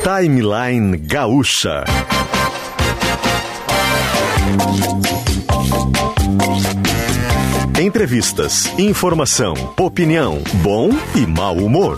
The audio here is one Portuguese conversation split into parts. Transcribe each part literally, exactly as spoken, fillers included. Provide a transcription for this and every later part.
Timeline Gaúcha. Entrevistas, informação, opinião, bom e mau humor.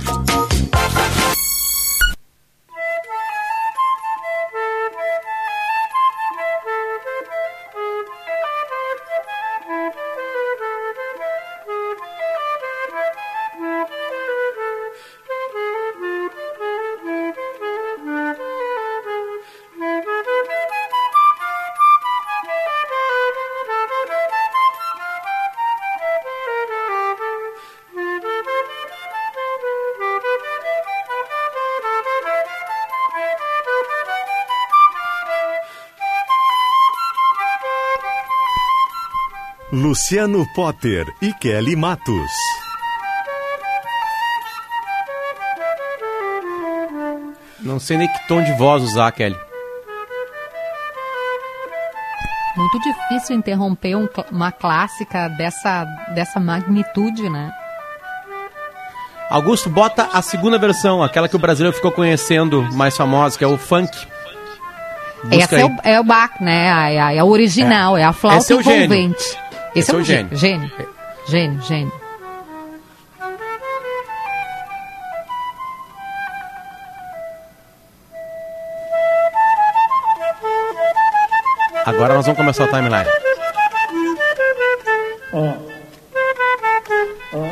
Luciano Potter e Kelly Matos. Não sei nem que tom de voz usar, Kelly. Muito difícil interromper um, uma clássica dessa, dessa magnitude, né? Augusto, bota a segunda versão, aquela que o brasileiro ficou conhecendo, mais famosa, que é o funk. Busca Essa é o, é o Bach, né? A, a, a original, é, é a flauta Esse é o envolvente. Gênio. Esse, Esse é o gênio. Gênio. Gênio, gênio. Agora nós vamos começar o timeline. Ó. Ó.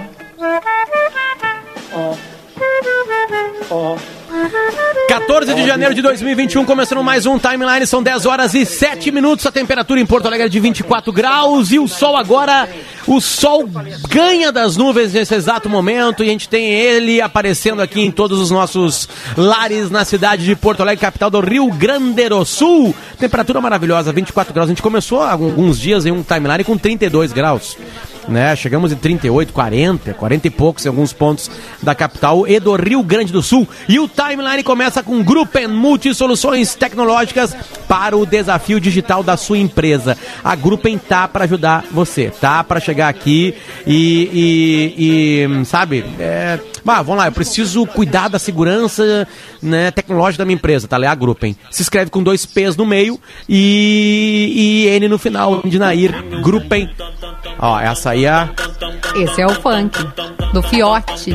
Ó. Ó. quatorze de janeiro de dois mil e vinte e um, começando mais um Timeline, são dez horas e sete minutos, a temperatura em Porto Alegre é de vinte e quatro graus e o sol agora, o sol ganha das nuvens nesse exato momento e a gente tem ele aparecendo aqui em todos os nossos lares na cidade de Porto Alegre, capital do Rio Grande do Sul. Temperatura maravilhosa, vinte e quatro graus, a gente começou há alguns dias em um Timeline com trinta e dois graus. Né? Chegamos em trinta e oito, quarenta, quarenta e poucos em alguns pontos da capital e do Rio Grande do Sul. E o Timeline começa com Gruppen Multisoluções Tecnológicas para o desafio digital da sua empresa. A Gruppen tá para ajudar você, tá para chegar aqui e, e, e sabe, é, bah, vamos lá, eu preciso cuidar da segurança, né, tecnológica da minha empresa, tá? É a Gruppen. Se escreve com dois P's no meio e, e N no final, de Nair, Gruppen. Ó, essa aí é... Esse é o funk, do Fiote.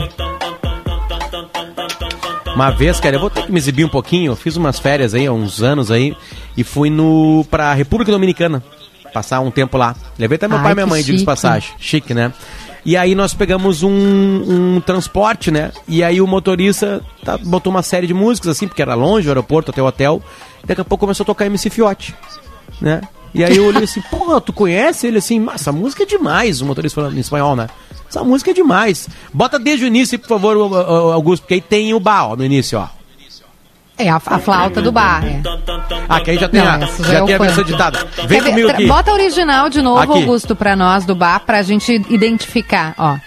Uma vez, cara, eu vou ter que me exibir um pouquinho. Eu fiz umas férias aí, há uns anos aí, e fui no, pra República Dominicana, passar um tempo lá. Levei até meu Ai, pai e minha mãe, chique. digo de passagem. Chique, né? E aí nós pegamos um, um transporte, né? E aí o motorista tá, botou uma série de músicas, assim, porque era longe, o aeroporto até o hotel. E daqui a pouco começou a tocar M C Fiote, né? E aí eu olhei assim, pô, tu conhece ele assim? Mas essa música é demais, o motorista falando em espanhol, né? Essa música é demais. Bota desde o início, por favor, Augusto, porque aí tem o bar, ó, no início, ó. É a, a flauta do bar, é. Ah, que aí já tem Não, a, essa já já é tem o a versão funk. ditada. Vem Quer ver? comigo aqui. Bota a original de novo, Aqui. Augusto, pra nós do bar, pra gente identificar, ó.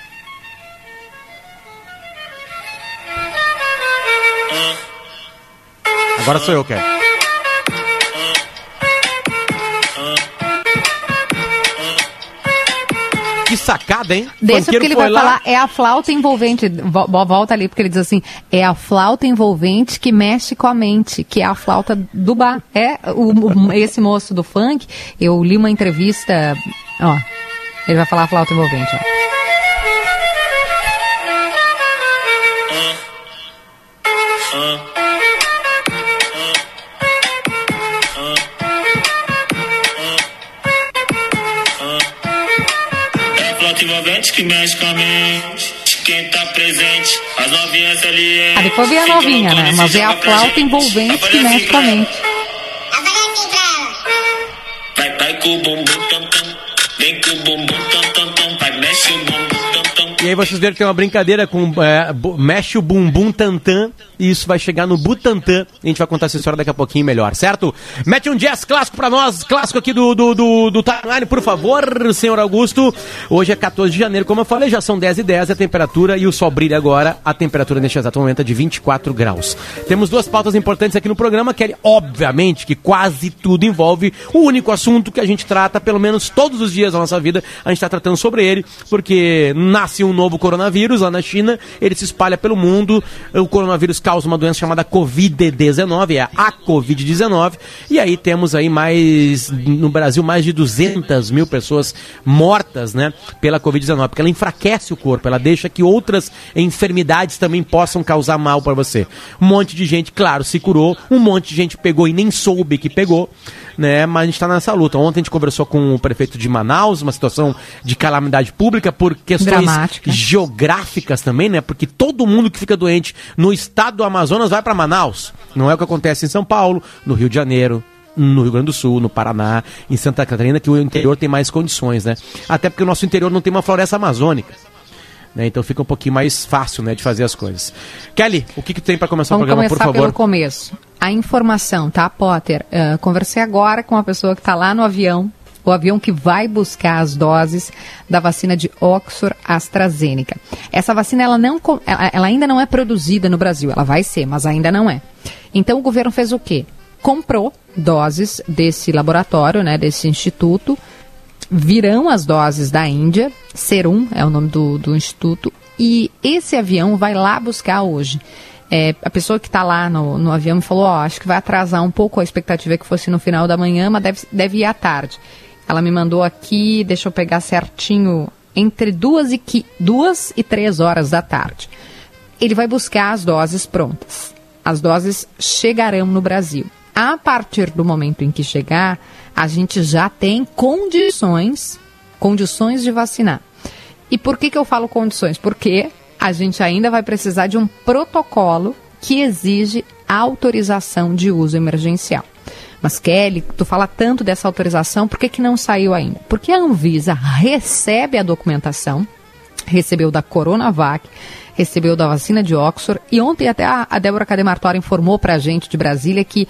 Agora sou eu, Kelly. Que sacada, hein? Deixa Funkeiro porque ele foi vai lá. falar, é a flauta envolvente. Vo- Volta ali, porque ele diz assim, é a flauta envolvente que mexe com a mente, que é a flauta do bar. É, o, o- esse moço do funk, eu li uma entrevista, ó, ele vai falar a flauta envolvente, ó. É a flauta envolvente que mexe com a mente. Quem tá presente, as novinhas ali é. Ah, depois vem a novinha, né? Mas é a flauta envolvente que mexe com a mente. Vai, vai com o bumbum tam tam. Vem com o bumbum tam tam tam. Vai, mexe o bumbum tam tam. E aí vocês viram que tem uma brincadeira com é, bu- mexe o bumbum tantã e isso vai chegar no Butantã. A gente vai contar essa história daqui a pouquinho melhor, certo? Mete um jazz clássico pra nós, clássico aqui do, do, do, do Timeline, por favor, senhor Augusto. Hoje é quatorze de janeiro, como eu falei, já são dez e dez a temperatura e o sol brilha agora. A temperatura neste exato momento é de vinte e quatro graus. Temos duas pautas importantes aqui no programa, que é, obviamente, que quase tudo envolve o único assunto que a gente trata, pelo menos todos os dias da nossa vida, a gente está tratando sobre ele, porque nasce um um novo coronavírus lá na China, ele se espalha pelo mundo, o coronavírus causa uma doença chamada covid dezenove, é a covid dezenove, e aí temos aí mais, no Brasil, mais de duzentas mil pessoas mortas, né, pela covid dezenove, porque ela enfraquece o corpo, ela deixa que outras enfermidades também possam causar mal para você. Um monte de gente, claro, se curou, um monte de gente pegou e nem soube que pegou, né, mas a gente está nessa luta. Ontem a gente conversou com o prefeito de Manaus, uma situação de calamidade pública por questões dramática, geográficas também, né, porque todo mundo que fica doente no estado do Amazonas vai para Manaus. Não é o que acontece em São Paulo, no Rio de Janeiro, no Rio Grande do Sul, no Paraná, em Santa Catarina, que o interior tem mais condições, né? Até porque o nosso interior não tem uma floresta amazônica, né? Então fica um pouquinho mais fácil, né, de fazer as coisas. Kelly, o que, que tem para começar Vamos o programa, por favor? Vamos começar pelo começo. A informação, tá, Potter? Uh, conversei agora com uma pessoa que está lá no avião, o avião que vai buscar as doses da vacina de Oxford AstraZeneca. Essa vacina ela, não, ela, ela ainda não é produzida no Brasil, ela vai ser, mas ainda não é. Então o governo fez o quê? Comprou doses desse laboratório, né, desse instituto, virão as doses da Índia, Serum é o nome do, do instituto, e esse avião vai lá buscar hoje. É, a pessoa que está lá no, no avião me falou, ó, acho que vai atrasar um pouco, a expectativa é que fosse no final da manhã, mas deve, deve ir à tarde. Ela me mandou aqui, deixa eu pegar certinho, entre duas e, qui, duas e três horas da tarde. Ele vai buscar as doses prontas. As doses chegarão no Brasil. A partir do momento em que chegar, a gente já tem condições, condições de vacinar. E por que que eu falo condições? Porque a gente ainda vai precisar de um protocolo que exige autorização de uso emergencial. Mas, Kelly, tu fala tanto dessa autorização, por que que não saiu ainda? Porque a Anvisa recebe a documentação, recebeu da Coronavac, recebeu da vacina de Oxford, e ontem até a, a Débora Cademartori informou para a gente de Brasília que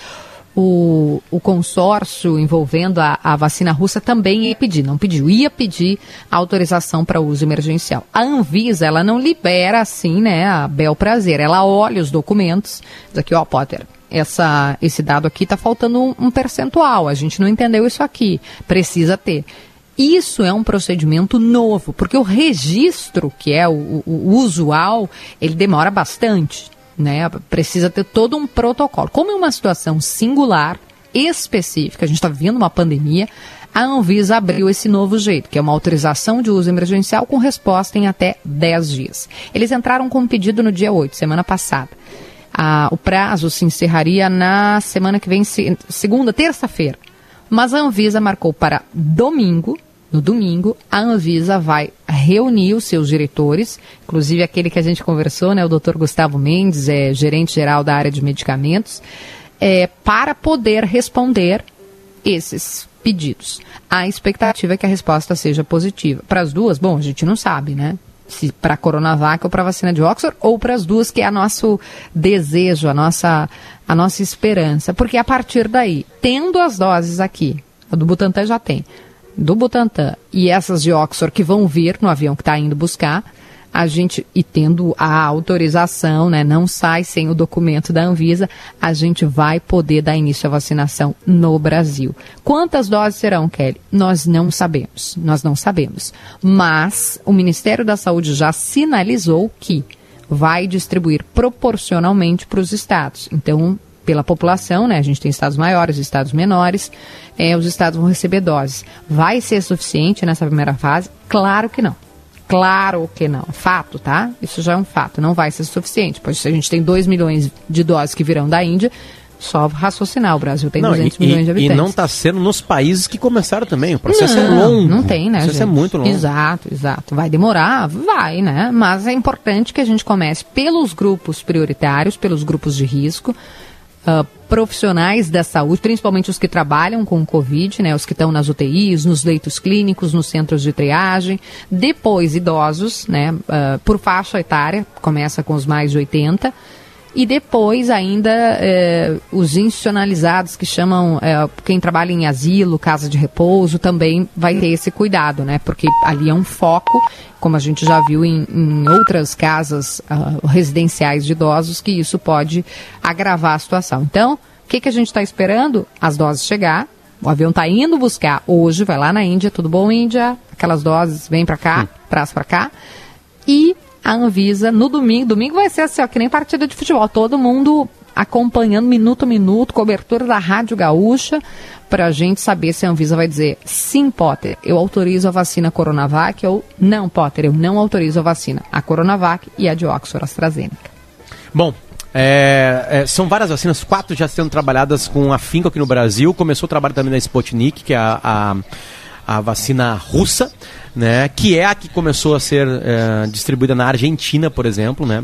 o, o consórcio envolvendo a, a vacina russa também ia pedir, não pediu, ia pedir autorização para uso emergencial. A Anvisa, ela não libera assim, né, a bel prazer, ela olha os documentos, diz aqui, ó, Potter, essa, esse dado aqui está faltando um, um percentual, a gente não entendeu isso aqui, precisa ter. Isso é um procedimento novo, porque o registro, que é o, o, o usual, ele demora bastante, né? Precisa ter todo um protocolo. Como é uma situação singular, específica, a gente está vivendo uma pandemia, a Anvisa abriu esse novo jeito, que é uma autorização de uso emergencial com resposta em até dez dias. Eles entraram com um pedido no dia oito, semana passada. Ah, o prazo se encerraria na semana que vem, segunda, terça-feira. Mas a Anvisa marcou para domingo. No domingo, a Anvisa vai reunir os seus diretores, inclusive aquele que a gente conversou, né, o doutor Gustavo Mendes, é gerente-geral da área de medicamentos, é, para poder responder esses pedidos. A expectativa é que a resposta seja positiva. Para as duas, bom, a gente não sabe, né? Se para a Coronavac ou para a vacina de Oxford, ou para as duas, que é o nosso desejo, a nossa, a nossa esperança. Porque a partir daí, tendo as doses aqui, a do Butantan já tem, do Butantan e essas de Oxford que vão vir no avião que está indo buscar, a gente, e tendo a autorização, né, não sai sem o documento da Anvisa, a gente vai poder dar início à vacinação no Brasil. Quantas doses serão, Kelly? Nós não sabemos, nós não sabemos. Mas o Ministério da Saúde já sinalizou que vai distribuir proporcionalmente para os estados. Então, pela população, né, a gente tem estados maiores, estados menores, é, os estados vão receber doses. Vai ser suficiente nessa primeira fase? Claro que não. Claro que não. Fato, tá? Isso já é um fato. Não vai ser suficiente. Pois se a gente tem dois milhões de doses que virão da Índia, só raciocinar. O Brasil tem não, duzentos e, milhões de habitantes. E não está sendo nos países que começaram também. O processo não, é longo. Não tem, né, O processo gente? é muito longo. Exato, exato. Vai demorar? Vai, né? Mas é importante que a gente comece pelos grupos prioritários, pelos grupos de risco, Uh, profissionais da saúde, principalmente os que trabalham com o Covid, né, os que estão nas U T Is, nos leitos clínicos, nos centros de triagem, depois idosos, né, uh, por faixa etária, começa com os mais de oitenta, e depois ainda eh, os institucionalizados, que chamam eh, quem trabalha em asilo, casa de repouso, também vai ter esse cuidado, né? Porque ali é um foco, como a gente já viu em, em outras casas uh, residenciais de idosos, que isso pode agravar a situação. Então, o que, que a gente está esperando? As doses chegar, o avião está indo buscar hoje, vai lá na Índia, tudo bom, Índia? Aquelas doses, vem para cá, traz para cá. e a Anvisa no domingo, domingo vai ser assim, ó, que nem partida de futebol, todo mundo acompanhando minuto a minuto, cobertura da Rádio Gaúcha, para a gente saber se a Anvisa vai dizer, sim, Potter, eu autorizo a vacina Coronavac, ou não, Potter, eu não autorizo a vacina, a Coronavac e a de Oxford AstraZeneca. Bom, é, é, são várias vacinas, quatro já sendo trabalhadas com afinco aqui no Brasil. Começou o trabalho também da Sputnik, que é a, a, a vacina russa, né, que é a que começou a ser é, distribuída na Argentina, por exemplo, né?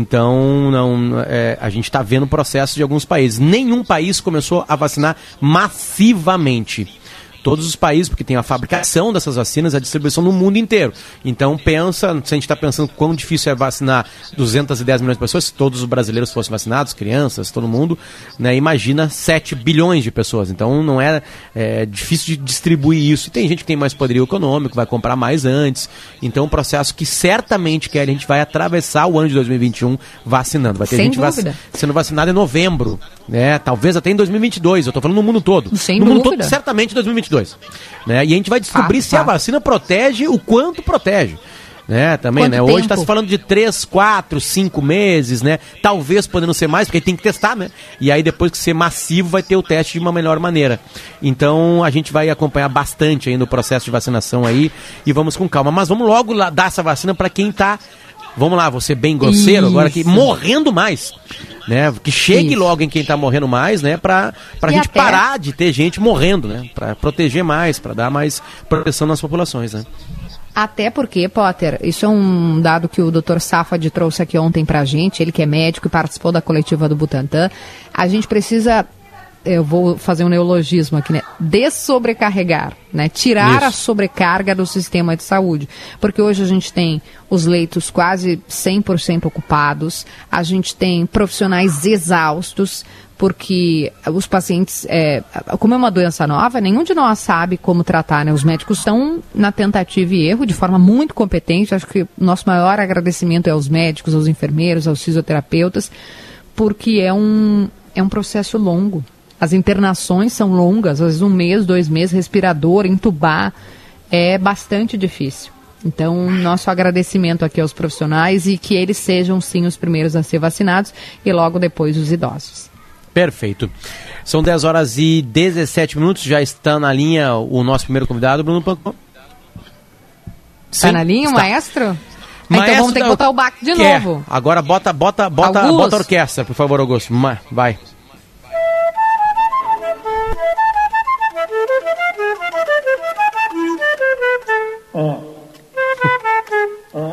Então não, é, a gente está vendo o processo de alguns países. Nenhum país começou a vacinar massivamente. Todos os países, porque tem a fabricação dessas vacinas, a distribuição no mundo inteiro. Então pensa, se a gente está pensando quão difícil é vacinar duzentos e dez milhões de pessoas, se todos os brasileiros fossem vacinados, crianças, todo mundo, né, imagina sete bilhões de pessoas. Então não é, é difícil de distribuir isso. E tem gente que tem mais poderio econômico, vai comprar mais antes. Então um processo que certamente quer, a gente vai atravessar o ano de dois mil e vinte e um vacinando. Vai ter Sem gente vac... sendo vacinada em novembro, né, talvez até em dois mil e vinte e dois. Eu estou falando no mundo todo. Sem no dúvida. mundo todo, certamente em dois mil e vinte e dois. Né? E a gente vai descobrir ah, se tá. a vacina protege o quanto protege. Né? Também, quanto né? Hoje está se falando de três, quatro, cinco meses, né? Talvez podendo ser mais, porque tem que testar, né? E aí depois que ser massivo vai ter o teste de uma melhor maneira. Então a gente vai acompanhar bastante ainda o processo de vacinação aí e vamos com calma. Mas vamos logo lá dar essa vacina para quem está, vamos lá, vou ser bem grosseiro Isso. agora aqui, morrendo mais. Né, que chegue Isso. logo em quem está morrendo mais, né, para a gente até... parar de ter gente morrendo, né, para proteger mais, para dar mais proteção nas populações, né. Até porque, Potter, isso é um dado que o doutor Safad trouxe aqui ontem para a gente, ele que é médico e participou da coletiva do Butantan, a gente precisa, eu vou fazer um neologismo aqui, né, dessobrecarregar, né, tirar Isso. a sobrecarga do sistema de saúde, porque hoje a gente tem os leitos quase cem por cento ocupados, a gente tem profissionais exaustos, porque os pacientes, é, como é uma doença nova, nenhum de nós sabe como tratar, né? Os médicos estão na tentativa e erro de forma muito competente. Acho que o nosso maior agradecimento é aos médicos, aos enfermeiros, aos fisioterapeutas, porque é um, é um processo longo. As internações são longas, às vezes um mês, dois meses, respirador, entubar, é bastante difícil. Então, nosso agradecimento aqui aos profissionais e que eles sejam, sim, os primeiros a ser vacinados e logo depois os idosos. Perfeito. São dez horas e dezessete minutos, já está na linha o nosso primeiro convidado, Bruno Pancon. Está na linha o maestro? Maestro? Então vamos ter que botar o baque de quer. novo. Agora bota, bota, bota, bota a orquestra, por favor, Augusto. Vai. Ó. Ó.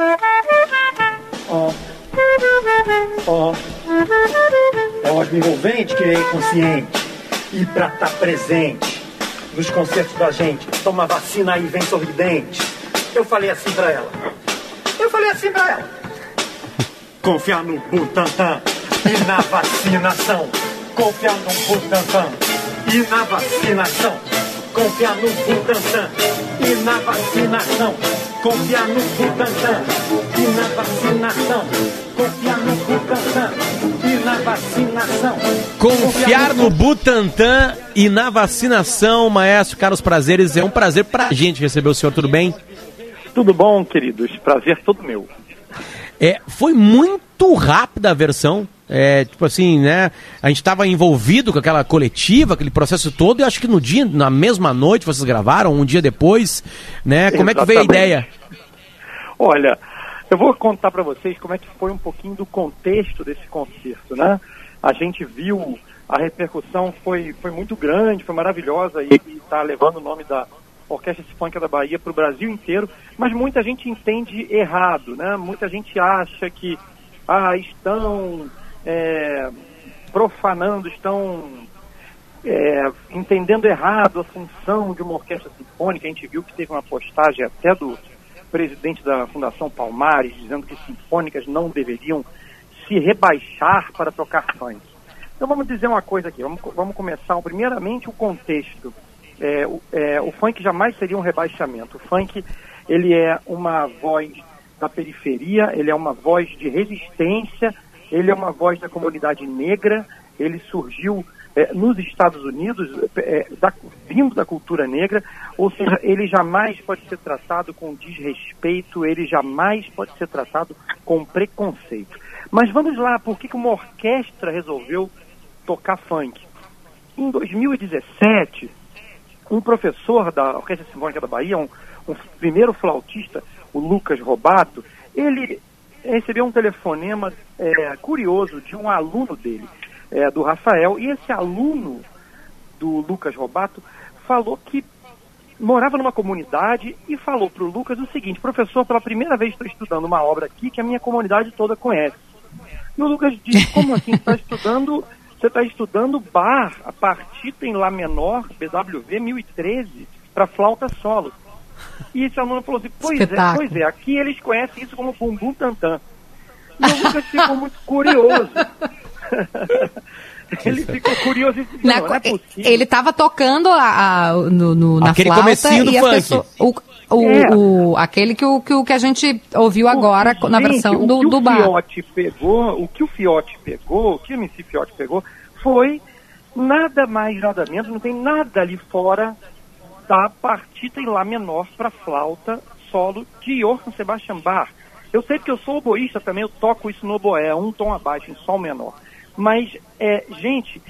Ó. Ó. É ótimo envolvente que é inconsciente. E pra estar tá presente nos concertos da gente, toma vacina e vem sorridente. Eu falei assim pra ela. Eu falei assim pra ela. Confiar no Butantan e na vacinação. Confiar no Butantan e na vacinação. Confiar no Butantan e na vacinação. Confiar no Butantan e na vacinação. Confiar no Butantan e na vacinação. Confiar no Butantan e na vacinação, maestro Carlos Prazeres. É um prazer pra gente receber o senhor, tudo bem? Tudo bom, queridos. Prazer todo meu. É, foi muito rápida a versão. É, tipo assim, né? A gente estava envolvido com aquela coletiva, aquele processo todo, e acho que no dia, na mesma noite, vocês gravaram, um dia depois, né? Como Exatamente. É que veio a ideia? Olha, eu vou contar para vocês como é que foi um pouquinho do contexto desse concerto, né? A gente viu, a repercussão foi, foi muito grande, foi maravilhosa, e está levando o nome da Orquestra Sinfônica da Bahia para o Brasil inteiro, mas muita gente entende errado, né? Muita gente acha que ah, estão é, profanando, estão é, entendendo errado a função de uma orquestra sinfônica. A gente viu que teve uma postagem até do presidente da Fundação Palmares dizendo que sinfônicas não deveriam se rebaixar para tocar funk. Então vamos dizer uma coisa aqui, vamos, vamos começar primeiramente o contexto. É, o, é, o funk jamais seria um rebaixamento. O funk, ele é uma voz da periferia, ele é uma voz de resistência, ele é uma voz da comunidade negra, ele surgiu é, nos Estados Unidos, é, da, vindo da cultura negra, ou seja, ele jamais pode ser tratado com desrespeito, ele jamais pode ser tratado com preconceito. Mas vamos lá, por que que uma orquestra resolveu tocar funk? Em dois mil e dezessete, um professor da Orquestra Sinfônica da Bahia, um, um primeiro flautista, o Lucas Robato, ele recebeu um telefonema é, curioso de um aluno dele, é, do Rafael, e esse aluno do Lucas Robato falou que morava numa comunidade e falou para o Lucas o seguinte: professor, pela primeira vez estou estudando uma obra aqui que a minha comunidade toda conhece. E o Lucas disse: como assim? Você está estudando, você está estudando Bach, a partita em Lá menor, B W V mil e treze, para flauta solo. E esse aluno falou assim: pois Espetáculo. é, pois é, aqui eles conhecem isso como bumbum tantã. E o Lucas ficou muito curioso. Ele ficou curioso e disse: Na, não, não é possível. ele estava tocando a, a, no, no, na Aquele flauta comecinho do e a funk. pessoa, o, o, É. o, aquele que, o, que, o que a gente ouviu agora Porque, na gente, versão do, o que do o bar. Fiote pegou, o que o Fiote pegou, o que o M C Fiote pegou, foi nada mais, nada menos, não tem nada ali fora da partita em Lá menor para flauta solo de Johann Sebastian Bach. Eu sei que eu sou oboísta também, eu toco isso no oboé, um tom abaixo, em sol menor. Mas, é, gente,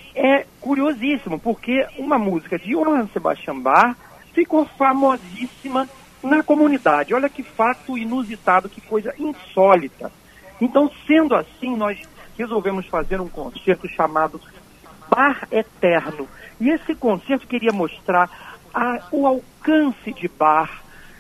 é curiosíssimo, porque uma música de Johann Sebastian Bach ficou famosíssima na comunidade. Olha que fato inusitado, que coisa insólita. Então, sendo assim, nós resolvemos fazer um concerto chamado Bach Eterno. E esse concerto queria mostrar a, o alcance de Bach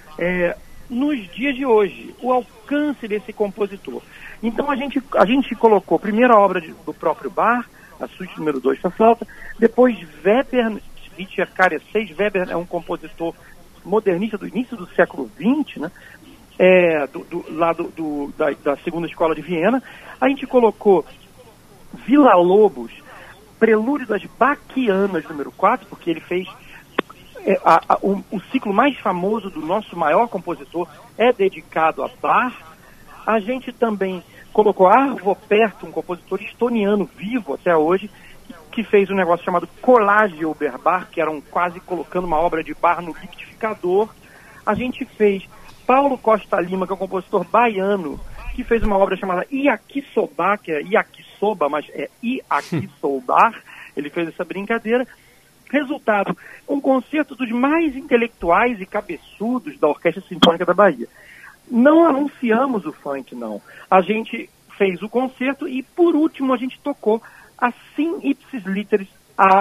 é, nos dias de hoje, o alcance desse compositor. Então a gente, a gente colocou a primeira obra de, do próprio Bach, a suíte número dois para flauta, depois Weber, Richard K seis, Weber é um compositor modernista do início do século vinte, né? É, do, do, lá do, do, da, da segunda escola de Viena. A gente colocou Villa-Lobos, Prelúdio das Baquianas número quatro, porque ele fez é, a, a, o, o ciclo mais famoso do nosso maior compositor é dedicado a Bach. A gente também colocou Arvo Pärt, um compositor estoniano vivo até hoje, que fez um negócio chamado Collage Oberbach, que era um, quase colocando uma obra de Bach no liquidificador. A gente fez Paulo Costa Lima, que é um compositor baiano, que fez uma obra chamada Iaquisobá, que é Iaquisoba, mas é Iaquisobar. Ele fez essa brincadeira. Resultado, um concerto dos mais intelectuais e cabeçudos da Orquestra Sinfônica da Bahia. Não anunciamos o funk, não. A gente fez o concerto e, por último, a gente tocou assim ipsis literis a,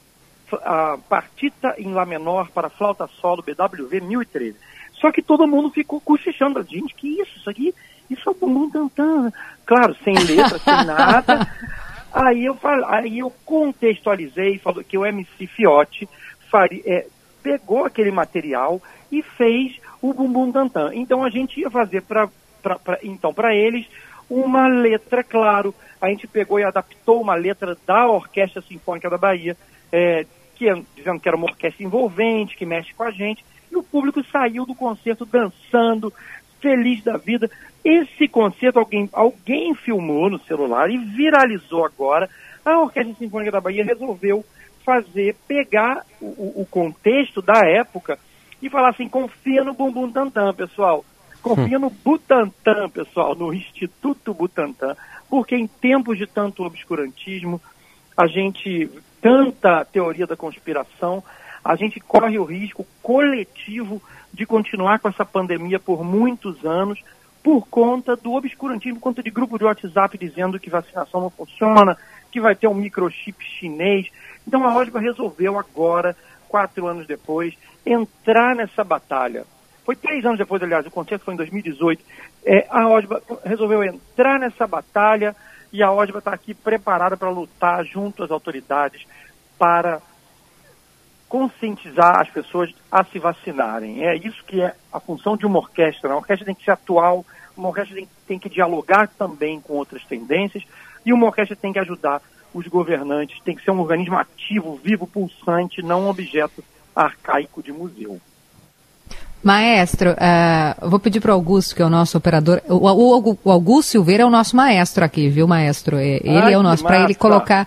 a partita em Lá menor para flauta solo B W V mil e treze. Só que todo mundo ficou cochichando. Gente, que isso? Isso aqui, isso é o bumbum tantã. Claro, sem letra, sem nada. Aí eu, fal... Aí eu contextualizei, falou que o M C Fiote faria, é, pegou aquele material e fez o bumbum tantã. Então a gente ia fazer para então para eles uma letra, claro. A gente pegou e adaptou uma letra da Orquestra Sinfônica da Bahia, é, que, dizendo que era uma orquestra envolvente, que mexe com a gente, e o público saiu do concerto dançando, feliz da vida. Esse concerto alguém, alguém filmou no celular e viralizou agora. A Orquestra Sinfônica da Bahia resolveu fazer, pegar o, o contexto da época e falar assim: confia no Bumbum Tantã, pessoal. Confia no Butantan, pessoal, no Instituto Butantan, porque em tempos de tanto obscurantismo, a gente, tanta teoria da conspiração, a gente corre o risco coletivo de continuar com essa pandemia por muitos anos, por conta do obscurantismo, por conta de grupo de WhatsApp dizendo que vacinação não funciona, que vai ter um microchip chinês. Então a OSBA resolveu agora, quatro anos depois, entrar nessa batalha. Foi três anos depois, aliás, o concerto foi em dois mil e dezoito. É, a OSBA resolveu entrar nessa batalha e a OSBA está aqui preparada para lutar junto às autoridades para conscientizar as pessoas a se vacinarem. É isso que é a função de uma orquestra. Uma orquestra tem que ser atual, uma orquestra tem, tem que dialogar também com outras tendências e uma orquestra tem que ajudar os governantes, tem que ser um organismo ativo, vivo, pulsante, não um objeto arcaico de museu. Maestro, uh, vou pedir para o Augusto, que é o nosso operador. O, o, o Augusto Silveira é o nosso maestro aqui, viu, maestro? Ele Ai, é o nosso, para ele colocar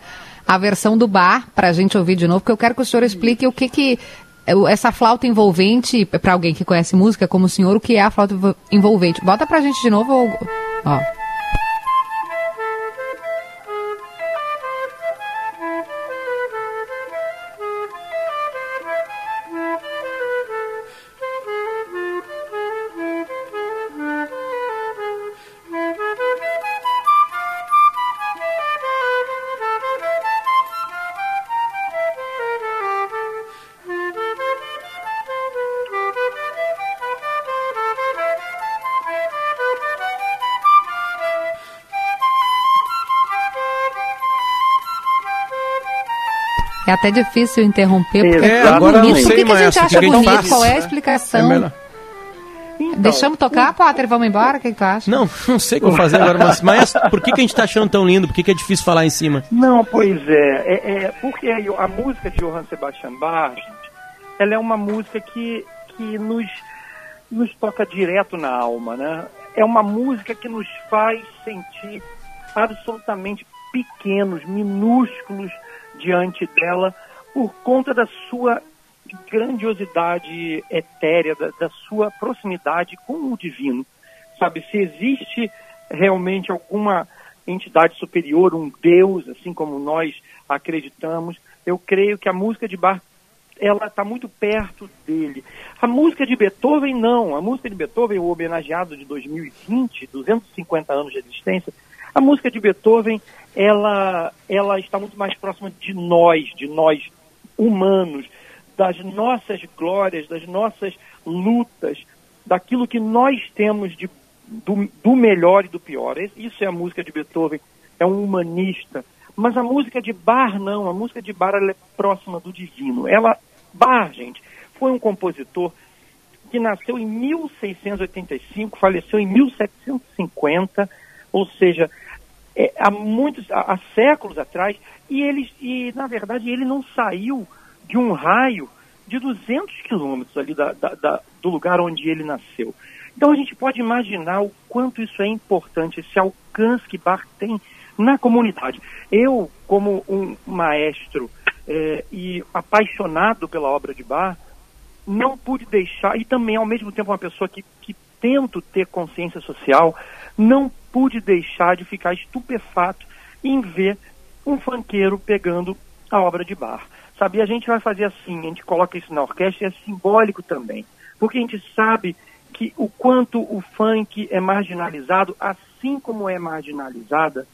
a versão do bar pra gente ouvir de novo, porque eu quero que o senhor explique o que que essa flauta envolvente, para alguém que conhece música como o senhor, o que é a flauta envolvente. Bota pra gente de novo, ó. É até difícil interromper, porque é, é tão agora bonito. Não sei, o que, que a gente acha que bonito? faz? Qual é a explicação? É então, deixamos tocar, Potter? Vamos embora? O que, que tu acha? Não, não sei o que eu vou fazer agora, mas, mas por que, que a gente tá achando tão lindo? Por que, que é difícil falar em cima? Não, pois é, é, é porque a música de Johann Sebastian Bach, gente, ela é uma música que, que nos, nos toca direto na alma, né? É uma música que nos faz sentir absolutamente pequenos, minúsculos diante dela, por conta da sua grandiosidade etérea, da, da sua proximidade com o divino. Sabe, se existe realmente alguma entidade superior, um Deus, assim como nós acreditamos, eu creio que a música de Bach, ela está muito perto dele. A música de Beethoven, não. A música de Beethoven, o homenageado de dois mil e vinte, duzentos e cinquenta anos de existência, a música de Beethoven, ela, ela está muito mais próxima de nós, de nós humanos, das nossas glórias, das nossas lutas, daquilo que nós temos de, do, do melhor e do pior. Isso é a música de Beethoven, é um humanista. Mas a música de Bach, não. A música de Bach, ela é próxima do divino. Ela, Bach, gente, foi um compositor que nasceu em mil seiscentos e oitenta e cinco, faleceu em mil setecentos e cinquenta, ou seja, é, há muitos, há, há séculos atrás, e, ele, e, na verdade, ele não saiu de um raio de duzentos quilômetros ali da, da, da, do lugar onde ele nasceu. Então a gente pode imaginar o quanto isso é importante, esse alcance que Bach tem na comunidade. Eu, como um maestro é, e apaixonado pela obra de Bach, não pude deixar, e também ao mesmo tempo uma pessoa que, que tento ter consciência social, não pude deixar de ficar estupefato em ver um funkeiro pegando a obra de Bach. Sabe, a gente vai fazer assim, a gente coloca isso na orquestra e é simbólico também, porque a gente sabe que o quanto o funk é marginalizado, assim como é marginalizada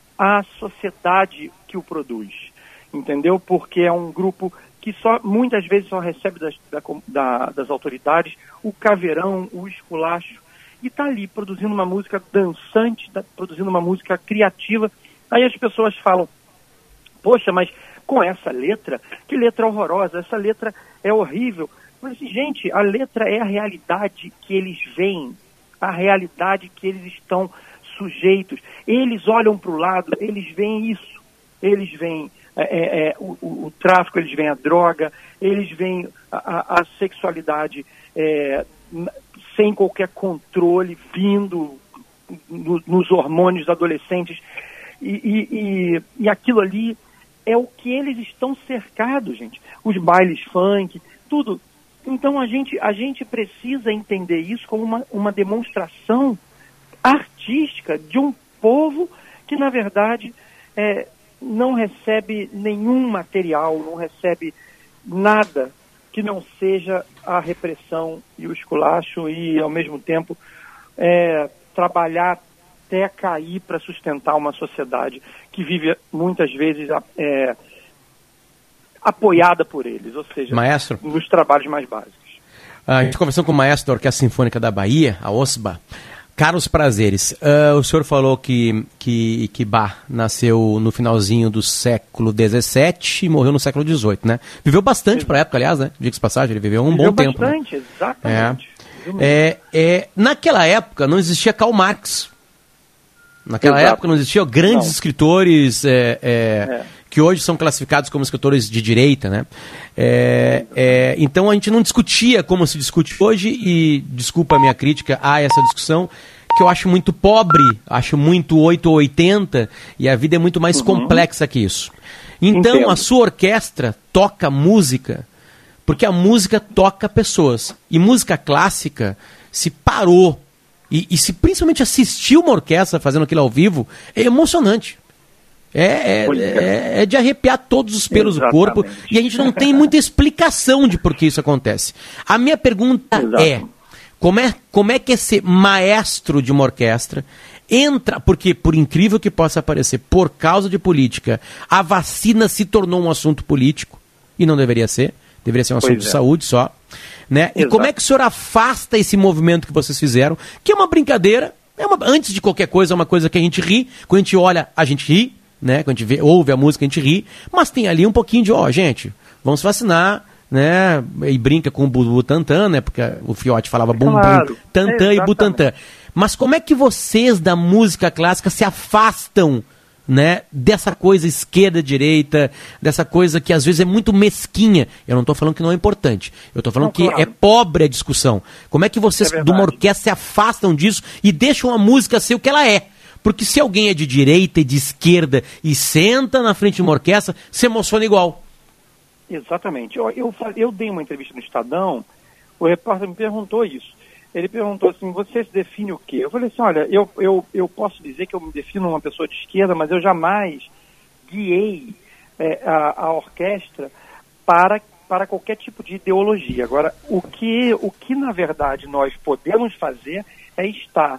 a sociedade que o produz, entendeu? Porque é um grupo que só, muitas vezes só recebe das, da, da, das autoridades o caveirão, o esculacho, e está ali produzindo uma música dançante, tá produzindo uma música criativa. Aí as pessoas falam, poxa, mas com essa letra, que letra horrorosa, essa letra é horrível. Mas, gente, a letra é a realidade que eles veem, a realidade que eles estão sujeitos. Eles olham para o lado, eles veem isso, eles veem é, é, o, o, o tráfico, eles veem a droga, eles veem a, a, a sexualidade é, sem qualquer controle, vindo no, nos hormônios adolescentes, e, e, e, e aquilo ali é o que eles estão cercados, gente. Os bailes funk, tudo. Então a gente, a gente precisa entender isso como uma, uma demonstração artística de um povo que, na verdade, é, não recebe nenhum material, não recebe nada que não seja a repressão e o esculacho e, ao mesmo tempo, é, trabalhar até cair para sustentar uma sociedade que vive, muitas vezes, é, apoiada por eles, ou seja, Maestro, nos trabalhos mais básicos. A gente conversou com o maestro da Orquestra Sinfônica da Bahia, a O S B A, Carlos Prazeres. Uh, o senhor falou que, que, que Bach nasceu no finalzinho do século dezessete e morreu no século dezoito, né? Viveu bastante para a época, aliás, né? Diga-se de passagem, ele viveu um viveu bom tempo. Viveu bastante, né? Exatamente. É. É, é, naquela época não existia Karl Marx. Naquela Exato. época não existiam grandes não. escritores é, é, é. que hoje são classificados como escritores de direita, né? É, é, então a gente não discutia como se discute hoje, e desculpa a minha crítica a essa discussão, que eu acho muito pobre, acho muito oito ou oitenta, e a vida é muito mais uhum. complexa que isso. Então, Entendo. a sua orquestra toca música, porque a música toca pessoas. E música clássica, se parou, e, e se principalmente assistir uma orquestra fazendo aquilo ao vivo, é emocionante. É, é, é, é de arrepiar todos os pelos Exatamente. do corpo, e a gente não tem muita explicação de por que isso acontece. A minha pergunta Exato. é, como é, como é que esse maestro de uma orquestra entra, porque por incrível que possa parecer, por causa de política, a vacina se tornou um assunto político, e não deveria ser, deveria ser um assunto Pois de é. saúde só, né? E como é que o senhor afasta esse movimento que vocês fizeram, que é uma brincadeira, é uma, antes de qualquer coisa, é uma coisa que a gente ri, quando a gente olha, a gente ri, né? Quando a gente vê, ouve a música, a gente ri, mas tem ali um pouquinho de, ó, gente, vamos se vacinar, né? E brinca com o Butantan, né? Porque o Fiote falava bum, Claro. bum, tantã É, e Butantan. Mas como é que vocês da música clássica se afastam, né, dessa coisa esquerda-direita, dessa coisa que às vezes é muito mesquinha? Eu não estou falando que não é importante, eu estou falando Não, que claro. é pobre a discussão. Como é que vocês, É de uma verdade. orquestra, se afastam disso e deixam a música ser o que ela é? Porque se alguém é de direita e de esquerda e senta na frente de uma orquestra, se emociona igual. Exatamente. Eu, eu, fa- eu dei uma entrevista no Estadão, o repórter me perguntou isso. Ele perguntou assim, você se define o quê? Eu falei assim, olha, eu, eu, eu posso dizer que eu me defino uma pessoa de esquerda, mas eu jamais guiei é, a, a orquestra para, para qualquer tipo de ideologia. Agora, o que, o que na verdade nós podemos fazer é estar,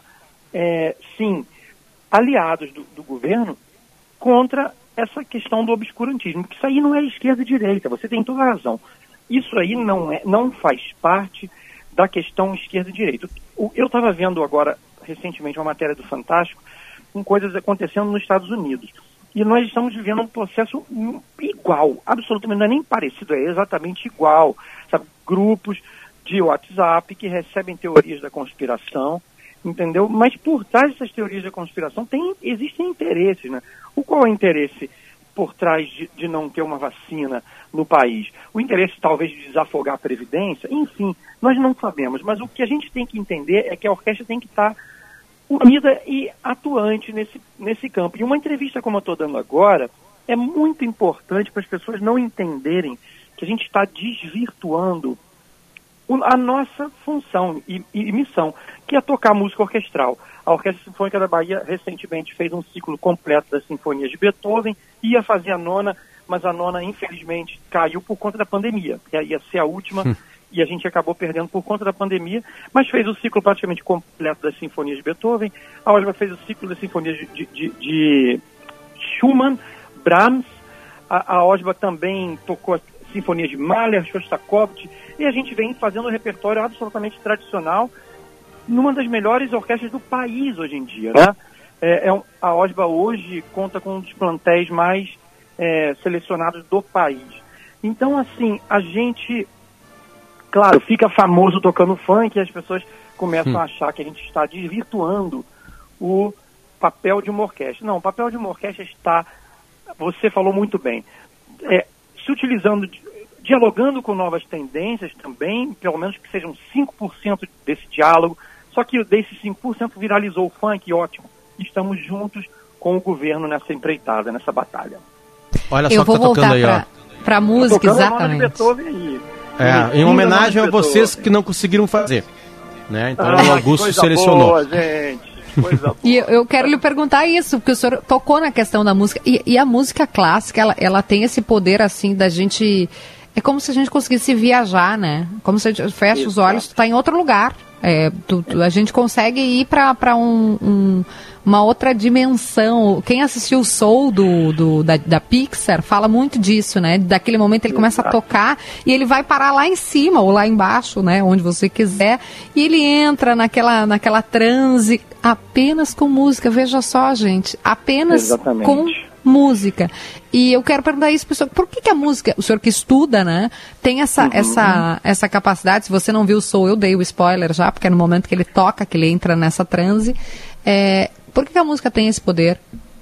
é, sim, aliados do, do governo contra essa questão do obscurantismo, porque isso aí não é esquerda e direita, você tem toda a razão. Isso aí não, é, não faz parte da questão esquerda e direita. O- Eu estava vendo agora, recentemente, uma matéria do Fantástico, com coisas acontecendo nos Estados Unidos. E nós estamos vivendo um processo hum, igual, absolutamente, não é nem parecido, é exatamente igual. Sabe? Grupos de WhatsApp que recebem teorias da conspiração, entendeu? Mas por trás dessas teorias da conspiração tem, existem interesses, né? O qual é o interesse por trás de, de não ter uma vacina no país? O interesse talvez de desafogar a Previdência? Enfim, nós não sabemos. Mas o que a gente tem que entender é que a orquestra tem que estar unida e atuante nesse, nesse campo. E uma entrevista como eu estou dando agora é muito importante para as pessoas não entenderem que a gente está desvirtuando o- a nossa função e, e missão, que é tocar música orquestral. A Orquestra Sinfônica da Bahia recentemente fez um ciclo completo das sinfonias de Beethoven, ia fazer a nona, mas a nona infelizmente caiu por conta da pandemia, que ia ser a última e a gente acabou perdendo por conta da pandemia, mas fez o ciclo praticamente completo das sinfonias de Beethoven. A Osba fez o ciclo das sinfonias de, de, de, de Schumann, Brahms, a, a Osba também tocou sinfonias de Mahler, Shostakovich, e a gente vem fazendo um repertório absolutamente tradicional numa das melhores orquestras do país hoje em dia, né? É, é um, a Osba hoje conta com um dos plantéis mais é, selecionados do país. Então, assim, a gente, claro, fica famoso tocando funk e as pessoas começam Hum. a achar que a gente está desvirtuando o papel de uma orquestra. Não, o papel de uma orquestra está, você falou muito bem, é, se utilizando, dialogando com novas tendências também, pelo menos que sejam cinco por cento desse diálogo. Só que desses cinco por cento viralizou o funk, ótimo. Estamos juntos com o governo nessa empreitada, nessa batalha. Olha só Eu que vou tá tocando voltar aí, pra, ó. pra música, Tocando a nona de exatamente. Beethoven aí. É, em Linda homenagem a nona de vocês Beethoven. que não conseguiram fazer, né? Então Ah, o que Augusto coisa selecionou. boa, gente. Coisa boa. E eu, eu quero lhe perguntar isso, porque o senhor tocou na questão da música. E, e a música clássica, ela, ela tem esse poder, assim, da gente... É como se a gente conseguisse viajar, né? Como se a gente fecha os Exato. olhos, tu tá em outro lugar. É, tu- tu- a gente consegue ir para um, um, uma outra dimensão. Quem assistiu o Soul do, do, da, da Pixar fala muito disso, né? Daquele momento ele começa a tocar e ele vai parar lá em cima ou lá embaixo, né? Onde você quiser. E ele entra naquela, naquela transe apenas com música. Veja só, gente. Apenas Exatamente. com música. E eu quero perguntar isso para o senhor, por que, que a música, o senhor que estuda, né, tem essa, essa, essa capacidade? Se você não viu o Soul, eu dei o spoiler já, porque é no momento que ele toca, que ele entra nessa transe. É, por que, que a música tem esse poder?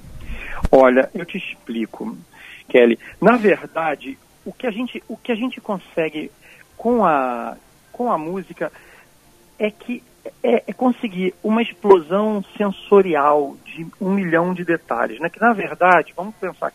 Olha, eu te explico, Kelly. Na verdade, o que a gente, o que a gente consegue com a, com a música é que é, é conseguir uma explosão sensorial de um milhão de detalhes, né? Que na verdade, vamos pensar aqui,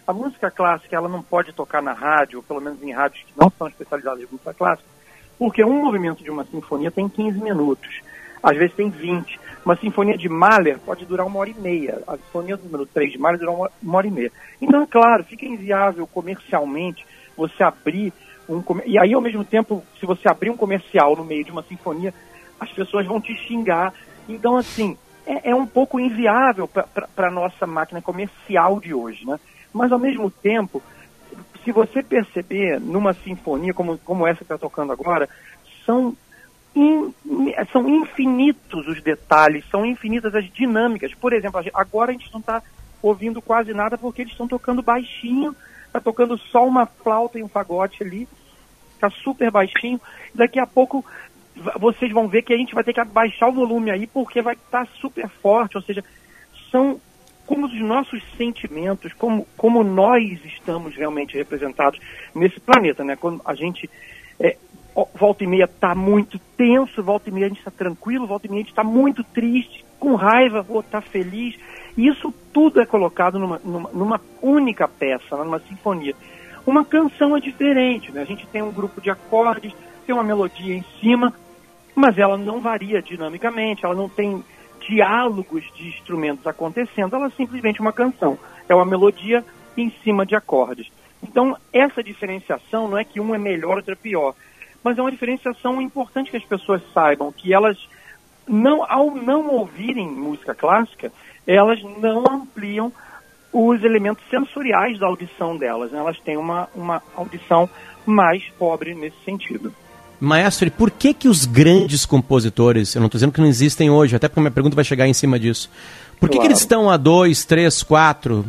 A música clássica, ela não pode tocar na rádio, ou pelo menos em rádios que não são especializadas em música clássica, porque um movimento de uma sinfonia tem quinze minutos, às vezes tem vinte. Uma sinfonia de Mahler pode durar uma hora e meia. A sinfonia do número três de Mahler dura uma, uma hora e meia. Então, é claro, fica inviável comercialmente você abrir um... E aí, ao mesmo tempo, se você abrir um comercial no meio de uma sinfonia, as pessoas vão te xingar. Então, assim, é, é um pouco inviável para a nossa máquina comercial de hoje, né? Mas, ao mesmo tempo, se você perceber numa sinfonia como, como essa que está tocando agora, são... In, são infinitos os detalhes, são infinitas as dinâmicas. Por exemplo, agora a gente não está ouvindo quase nada porque eles estão tocando baixinho, está tocando só uma flauta e um fagote ali, está super baixinho. Daqui a pouco vocês vão ver que a gente vai ter que abaixar o volume aí porque vai estar tá super forte, ou seja, são como os nossos sentimentos, como, como nós estamos realmente representados nesse planeta, né? Quando a gente... É, volta e meia está muito tenso, volta e meia a gente está tranquilo, volta e meia a gente está muito triste, com raiva, ou está feliz. E isso tudo é colocado numa, numa, numa única peça, numa sinfonia. Uma canção é diferente, né? A gente tem um grupo de acordes, tem uma melodia em cima, mas ela não varia dinamicamente, ela não tem diálogos de instrumentos acontecendo, ela é simplesmente uma canção. É uma melodia em cima de acordes. Então, essa diferenciação não é que um é melhor, outro é pior, mas é uma diferenciação importante que as pessoas saibam, que elas, não, ao não ouvirem música clássica, elas não ampliam os elementos sensoriais da audição delas, né? Elas têm uma, uma audição mais pobre nesse sentido. Maestro, e por que que os grandes compositores, eu não estou dizendo que não existem hoje, até porque a minha pergunta vai chegar em cima disso, por que, claro. que eles estão há dois, três, quatro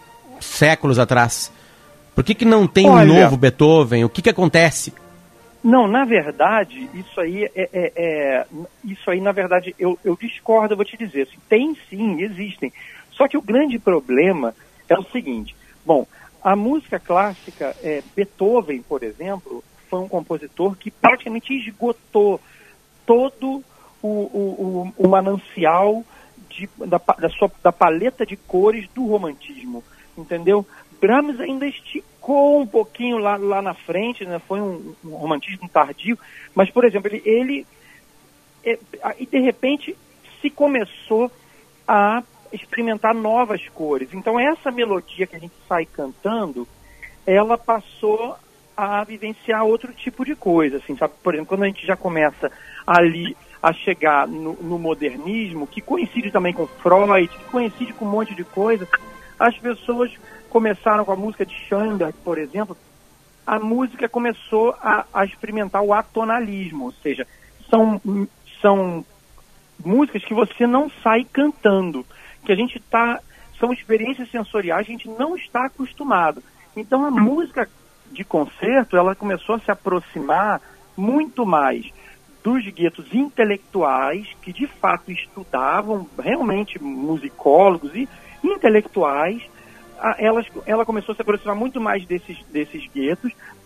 séculos atrás? Por que que não tem Olha, um novo Beethoven? O que que acontece? Não, na verdade, isso aí, é, é, é, isso aí na verdade, eu, eu discordo, eu vou te dizer. Assim, tem sim, existem. Só que o grande problema é o seguinte. Bom, a música clássica, é, Beethoven, por exemplo, foi um compositor que praticamente esgotou todo o, o, o, o manancial de, da, da, sua, da paleta de cores do romantismo, entendeu? Brahms ainda esticou um pouquinho lá, lá na frente, né? Foi um, um romantismo tardio, mas, por exemplo, ele, ele é, e de repente se começou a experimentar novas cores. Então essa melodia que a gente sai cantando, ela passou a vivenciar outro tipo de coisa, assim, sabe? Por exemplo, quando a gente já começa ali a chegar no, no modernismo, que coincide também com Freud, que coincide com um monte de coisa, as pessoas começaram com a música de Schoenberg, por exemplo, a música começou a, a experimentar o atonalismo, ou seja, são, são músicas que você não sai cantando, que a gente está, são experiências sensoriais que a gente não está acostumado. Então a música de concerto, ela começou a se aproximar muito mais dos guetos intelectuais, que de fato estudavam, realmente musicólogos e intelectuais. Ela, ela começou a se aproximar muito mais desses, desses guetos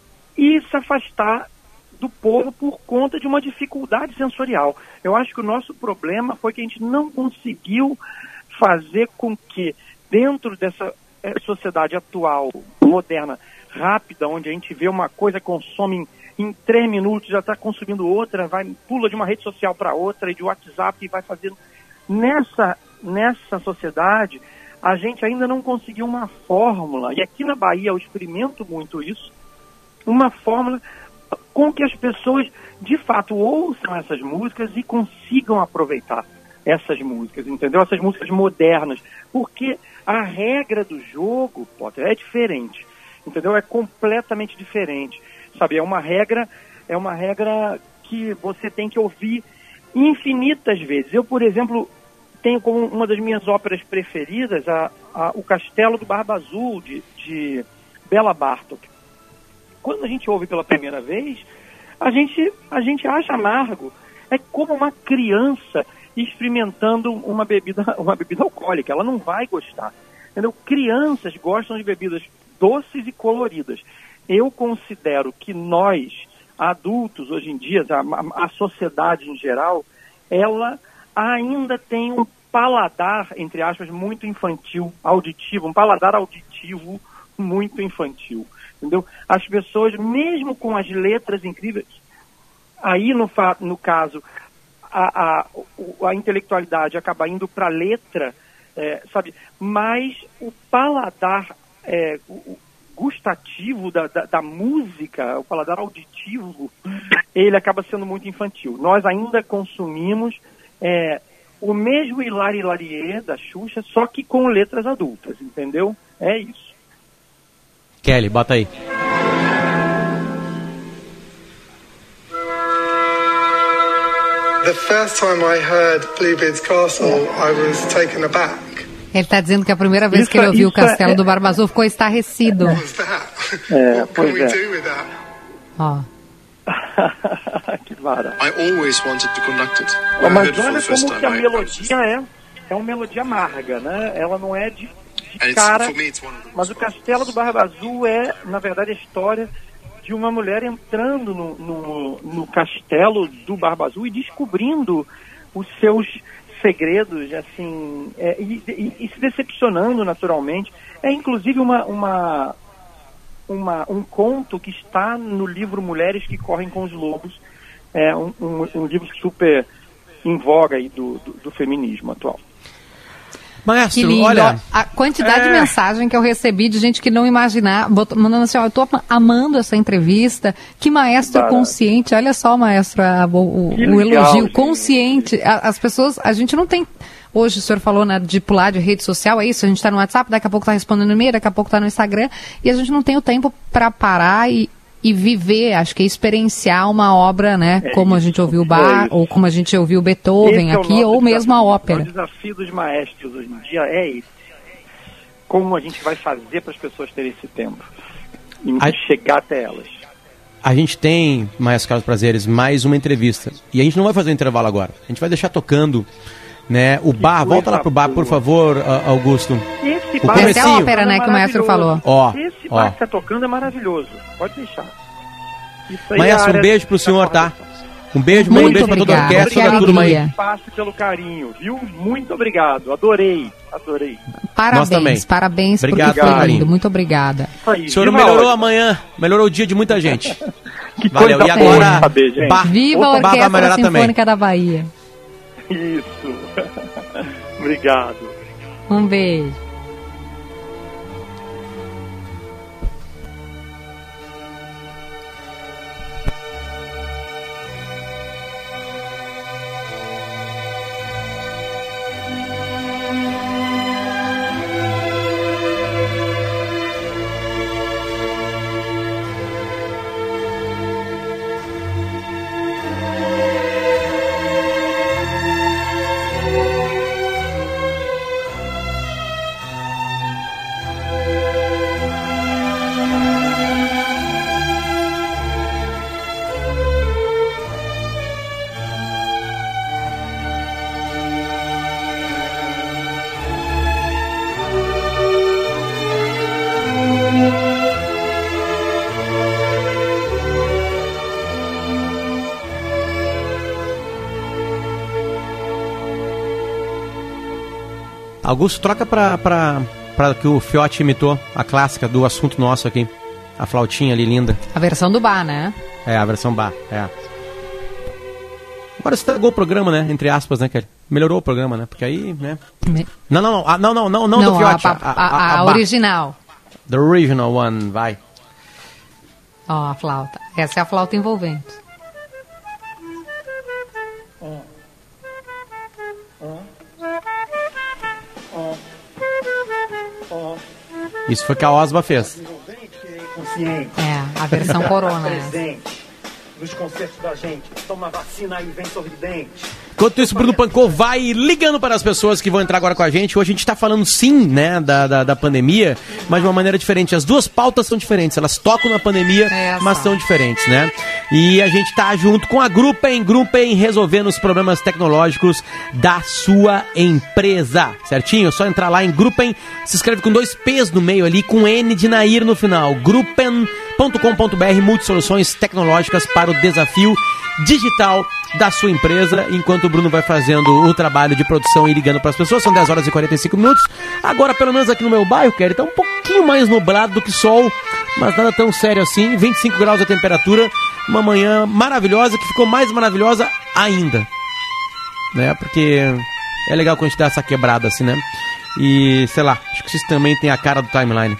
e se afastar do povo por conta de uma dificuldade sensorial. Eu acho que o nosso problema foi que a gente não conseguiu fazer com que, dentro dessa é, sociedade atual, moderna, rápida, onde a gente vê uma coisa, consome em, em três minutos, já está consumindo outra, vai, pula de uma rede social para outra, e de WhatsApp, e vai fazendo... Nessa, nessa sociedade, a gente ainda não conseguiu uma fórmula, e aqui na Bahia eu experimento muito isso, uma fórmula com que as pessoas, de fato, ouçam essas músicas e consigam aproveitar essas músicas, entendeu? Essas músicas modernas, porque a regra do jogo, Potter, é diferente, entendeu? É completamente diferente, sabe? É uma regra, é uma regra que você tem que ouvir infinitas vezes. Eu, por exemplo, tenho como uma das minhas óperas preferidas a, a, o Castelo do Barba Azul, de, de Bela Bartók. Quando a gente ouve pela primeira vez, a gente, a gente acha amargo. É como uma criança experimentando uma bebida, uma bebida alcoólica. Ela não vai gostar. Entendeu? Crianças gostam de bebidas doces e coloridas. Eu considero que nós, adultos, hoje em dia, a, a sociedade em geral, ela ainda tem um paladar, entre aspas, muito infantil, auditivo, um paladar auditivo muito infantil, entendeu? As pessoas, mesmo com as letras incríveis, aí no, fa- no caso, a, a, a intelectualidade acaba indo para a letra, é, sabe? Mas o paladar é, o, gustativo da, da, da música, o paladar auditivo, ele acaba sendo muito infantil. Nós ainda consumimos é, o mesmo Hilari Hilarie da Xuxa, só que com letras adultas, entendeu? É isso. Kelly, bota aí. The first time I heard Bluebeard's Castle, I was taken aback. Ele está dizendo que a primeira vez Isso, que ele ouviu o Castelo é... do Barba Azul ficou estarrecido. What was that? É, What can pois we é. do with that? Ó. Que vara. I always wanted to conduct it. Oh, mas olha como que a melodia é, é uma melodia amarga, né? Ela não é de, de cara, mas o Castelo do Barba Azul é, na verdade, a história de uma mulher entrando no, no, no castelo do Barba Azul e descobrindo os seus segredos, assim, é, e, e, e se decepcionando naturalmente. É inclusive uma, uma, uma, um conto que está no livro Mulheres que Correm com os Lobos, é um, um, um livro super em voga aí do, do, do feminismo atual. Maestro, Que lindo. olha... A quantidade é... de mensagem que eu recebi de gente que não imaginava, mandando assim, ó, eu tô amando essa entrevista, que maestro Barato. consciente, olha só, maestro, a, o, o legal, elogio, gente. consciente. A, as pessoas, a gente não tem, hoje o senhor falou, né, de pular de rede social, é isso, a gente tá no WhatsApp, daqui a pouco tá respondendo e-mail, daqui a pouco tá no Instagram, e a gente não tem o tempo para parar e, e viver, acho que experienciar uma obra, né, É como isso, a gente ouviu o Bach, é ou como a gente ouviu o Beethoven Esse é o aqui, nosso ou mesmo a desafio. ópera. O desafio dos maestros hoje em dia é esse. Como a gente vai fazer para as pessoas terem esse tempo e A- chegar até elas. A gente tem, Maestro Carlos Prazeres, mais uma entrevista. E a gente não vai fazer um intervalo agora. A gente vai deixar tocando, né, o bar. coisa Volta lá pro bar, por boa. favor, a- Augusto. Esse O bar comecinho. Essa é a ópera, né, que o maestro maravilhoso. falou. Ó, Esse ó. bar que está tocando é maravilhoso. Pode deixar. Isso aí é a Maestro, um área beijo pro da senhor, tá? formação. Um beijo, Muito um beijo pra toda a obrigada, orquestra, que toda a turma aí. alegria. Passe pelo carinho, viu? Muito obrigado. Adorei. Adorei. Nós também. Parabéns, parabéns, Obrigado, porque foi carinho. lindo. Muito obrigada. Isso aí. O senhor Viva melhorou a amanhã, melhorou o dia de muita gente. Que Valeu, coisa e boa agora, de saber, gente. bar. Viva a Outro bar vai Orquestra melhorar Sinfônica também. da Bahia. Isso. Obrigado. Um beijo. Augusto, troca pra, pra, pra que o Fiote imitou, a clássica do assunto nosso aqui. A flautinha ali, linda. A versão do bar, né? É, a versão bar, é. Agora estragou o programa, né? Entre aspas, né, Kelly? Melhorou o programa, né? Porque aí, né? Me- Não, não, não, ah, não, não, não, não, Não, do a, Fiote. a, a, a bar. original. The original one, vai. Ó, a flauta. Essa é a flauta envolvente. Isso foi que a Osba fez. Consciente. É, a versão corona. essa. Presente nos concertos da gente. Toma vacina e vem sorridente. Enquanto isso, Bruno Pancô vai ligando para as pessoas que vão entrar agora com a gente. Hoje a gente está falando, sim, né, da, da, da pandemia, mas de uma maneira diferente. As duas pautas são diferentes. Elas tocam na pandemia, É, mas só. são diferentes, né? E a gente tá junto com a Gruppen, Gruppen resolvendo os problemas tecnológicos da sua empresa, certinho? É só entrar lá em Gruppen, se inscreve com dois P's no meio ali, com N de Nair no final. gruppen ponto com ponto br, multisoluções tecnológicas para o desafio digital da sua empresa, enquanto o Bruno vai fazendo o trabalho de produção e ligando para as pessoas. São dez horas e quarenta e cinco minutos. Agora, pelo menos aqui no meu bairro, Kelly, tá um pouquinho mais nublado do que sol, mas nada tão sério assim. vinte e cinco graus a temperatura, uma manhã maravilhosa, que ficou mais maravilhosa ainda, né? Porque é legal quando a gente dá essa quebrada assim, né? E, sei lá, acho que vocês também têm a cara do timeline.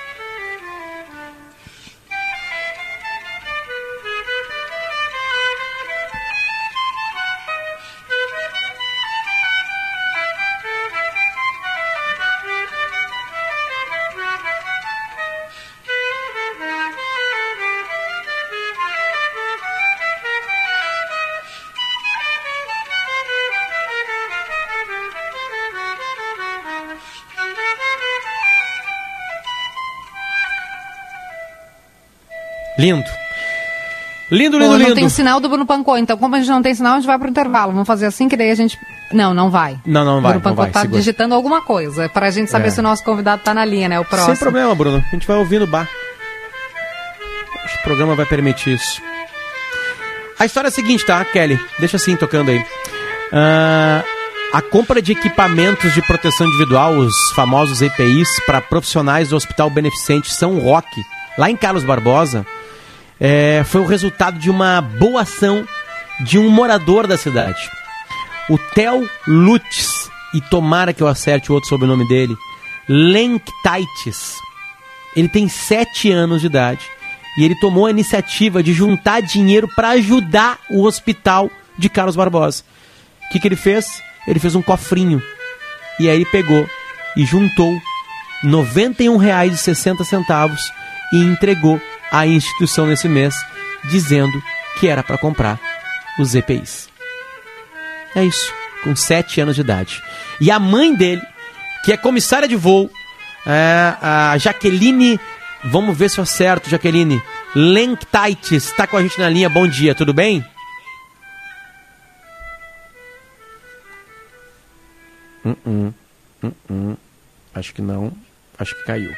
Lindo. Lindo, lindo, Bom, lindo. Não tem sinal do Bruno Pancô, então como a gente não tem sinal, a gente vai pro intervalo. Vamos fazer assim, que daí a gente... Não, não vai. Não, não vai, Bruno Pancô não vai, tá segura. digitando alguma coisa, pra gente saber É. se o nosso convidado tá na linha, né, o próximo. Sem problema, Bruno. A gente vai ouvir no bar. Acho que o programa vai permitir isso. A história é a seguinte, tá, Kelly? Deixa assim, tocando aí. Ah, a compra de equipamentos de proteção individual, os famosos E P Is, para profissionais do Hospital Beneficente São Roque, lá em Carlos Barbosa, é, foi o resultado de uma boa ação de um morador da cidade. O Theo Lutz, e tomara que eu acerte o outro sobrenome dele, Lenktaitis. Ele tem sete anos de idade e ele tomou a iniciativa de juntar dinheiro para ajudar o hospital de Carlos Barbosa. O que, que ele fez? Ele fez um cofrinho. E aí ele pegou e juntou noventa e um reais e sessenta centavos e entregou à instituição nesse mês, dizendo que era para comprar os E P Is. É isso, com sete anos de idade. E a mãe dele, que é comissária de voo, é, a Jaqueline, vamos ver se eu acerto, Jaqueline, Lenktaitis, está com a gente na linha. Bom dia, tudo bem? Uh -uh, uh -uh. Acho que não, acho que caiu.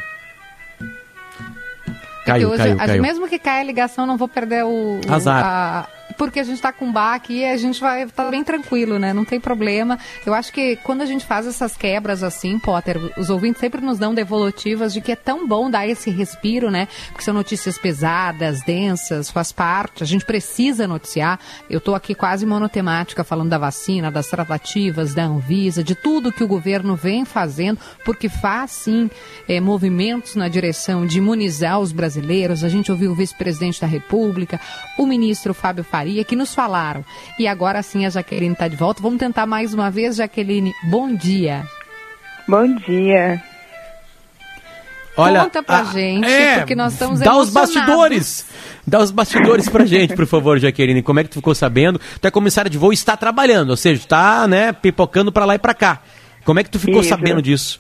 Caiu, hoje, caiu, caiu. Mesmo que caia a ligação, não vou perder o... o Azar. A, porque a gente tá com bar aqui e a gente vai estar tá bem tranquilo, né? Não tem problema. Eu acho que quando a gente faz essas quebras assim, Potter, os ouvintes sempre nos dão devolutivas de que é tão bom dar esse respiro, né? Porque são notícias pesadas, densas, faz parte. A gente precisa noticiar. Eu tô aqui quase monotemática falando da vacina, das tratativas, da Anvisa, de tudo que o governo vem fazendo, porque faz sim é, movimentos na direção de imunizar os brasileiros. A gente ouviu o vice-presidente da República, o ministro Fábio Faria, que nos falaram. E agora sim a Jaqueline está de volta. Vamos tentar mais uma vez, Jaqueline. Bom dia. Bom dia. Olha, conta pra a, gente, é, porque nós estamos dá os emocionados. bastidores. Dá os bastidores pra gente, por favor, Jaqueline. Como é que tu ficou sabendo? Tu é comissária de voo e está trabalhando, ou seja, está, né, pipocando pra lá e pra cá. Como é que tu ficou Isso. sabendo disso?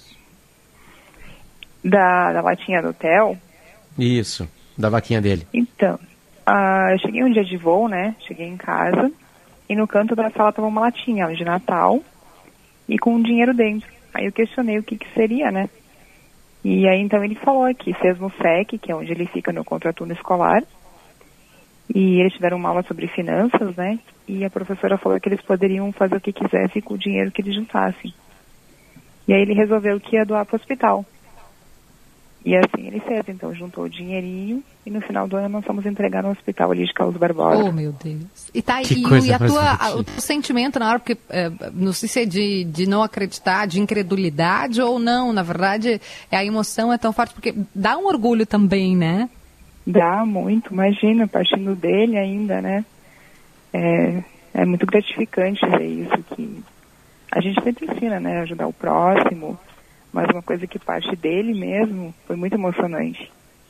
Da, da latinha do hotel? Isso, da vaquinha dele. Então, uh, eu cheguei um dia de voo, né? Cheguei em casa e no canto da sala tava uma latinha de Natal e com dinheiro dentro. Aí eu questionei o que que seria, né? E aí então ele falou que fez no S E C, que é onde ele fica no contraturno escolar, e eles tiveram uma aula sobre finanças, né? E a professora falou que eles poderiam fazer o que quisessem com o dinheiro que eles juntassem. E aí ele resolveu que ia doar para o hospital. E assim ele fez, então juntou o dinheirinho e no final do ano nós fomos entregar no hospital ali de Carlos Barbosa. Oh, meu Deus. E tá aí, Que e, coisa e a mais tua, a, divertida. o teu sentimento na hora, porque é, não sei se é de, de não acreditar, de incredulidade ou não, na verdade a emoção é tão forte, porque dá um orgulho também, né? Dá muito, imagina, partindo dele ainda, né? É, é muito gratificante ver isso, que a gente sempre ensina, né? Ajudar o próximo, mas uma coisa que parte dele mesmo foi muito emocionante.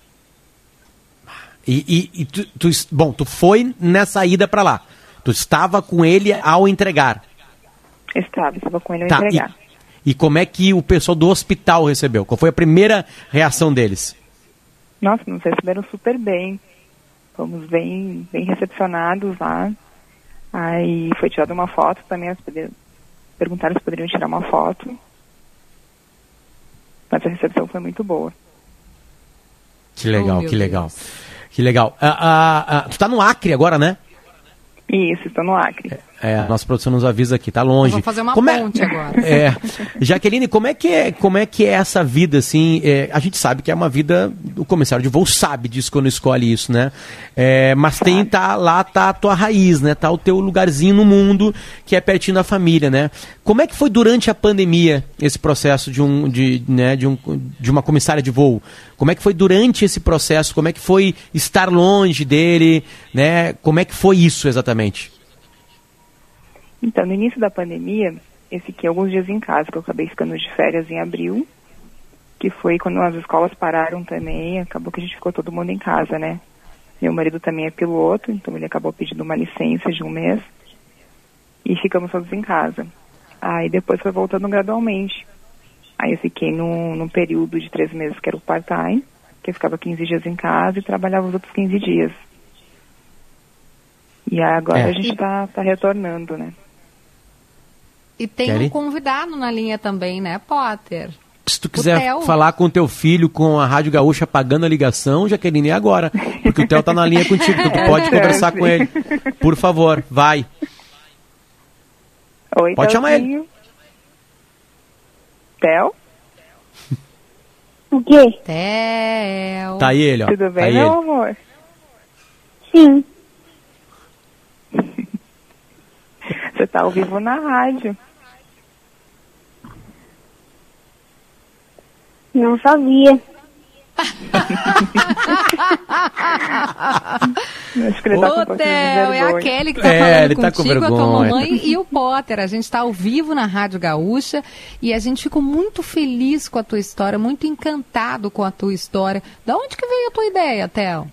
E, e, e tu, tu, bom, tu foi nessa ida pra lá. Tu estava com ele ao entregar. Estava, estava com ele ao Tá, entregar. E, e como é que o pessoal do hospital recebeu? Qual foi a primeira reação deles? Nossa, nos receberam super bem. Fomos bem, bem recepcionados lá. Aí foi tirada uma foto também, eles poderiam, perguntaram se poderiam tirar uma foto. Mas a recepção foi muito boa. Que legal, Oh, meu que legal. Deus. Que legal. Ah, ah, ah, tu tá no Acre agora, né? Isso, estou no Acre. É, a nossa produção nos avisa aqui, tá longe. Vou fazer uma como ponte é... agora. É. Jaqueline, como é que é, como é que é essa vida, assim? É, a gente sabe que é uma vida, o comissário de voo sabe disso quando escolhe isso, né? É, mas tem, tá, lá tá a tua raiz, né? Tá o teu lugarzinho no mundo, que é pertinho da família, né? Como é que foi durante a pandemia esse processo de, um, de, né, de, um, de uma comissária de voo? Como é que foi durante esse processo? Como é que foi estar longe dele, né? Como é que foi isso exatamente? Então, no início da pandemia, eu fiquei alguns dias em casa, que eu acabei ficando de férias em abril, que foi quando as escolas pararam também, acabou que a gente ficou todo mundo em casa, né? Meu marido também é piloto, então ele acabou pedindo uma licença de um mês, e ficamos todos em casa. Aí depois foi voltando gradualmente. Aí eu fiquei num, num período de três meses que era o part-time, que eu ficava quinze dias em casa e trabalhava os outros quinze dias. E agora É. a gente tá, tá retornando, né? E tem Kelly? um convidado na linha também, né, Potter? Se tu quiser Theo. falar com o teu filho, com a Rádio Gaúcha pagando a ligação, Jaqueline, é agora. Porque o Theo tá na linha contigo, então tu É pode chance. conversar com ele. Por favor, vai. Oi, Pode chamar ele. Thelzinho. Theo? O quê? Theo. Tá aí ele, ó. Tudo Tá bem, aí meu ele. amor? Sim. Você tá ao vivo na rádio. Não sabia. Acho que ele tá com um Ô, pouquinho de Theo, é vergonha. a Kelly que tá É, falando ele tá com contigo, a tua vergonha. mamãe e o Potter. A gente tá ao vivo na Rádio Gaúcha e a gente ficou muito feliz com a tua história, muito encantado com a tua história. Da onde que veio a tua ideia, Theo?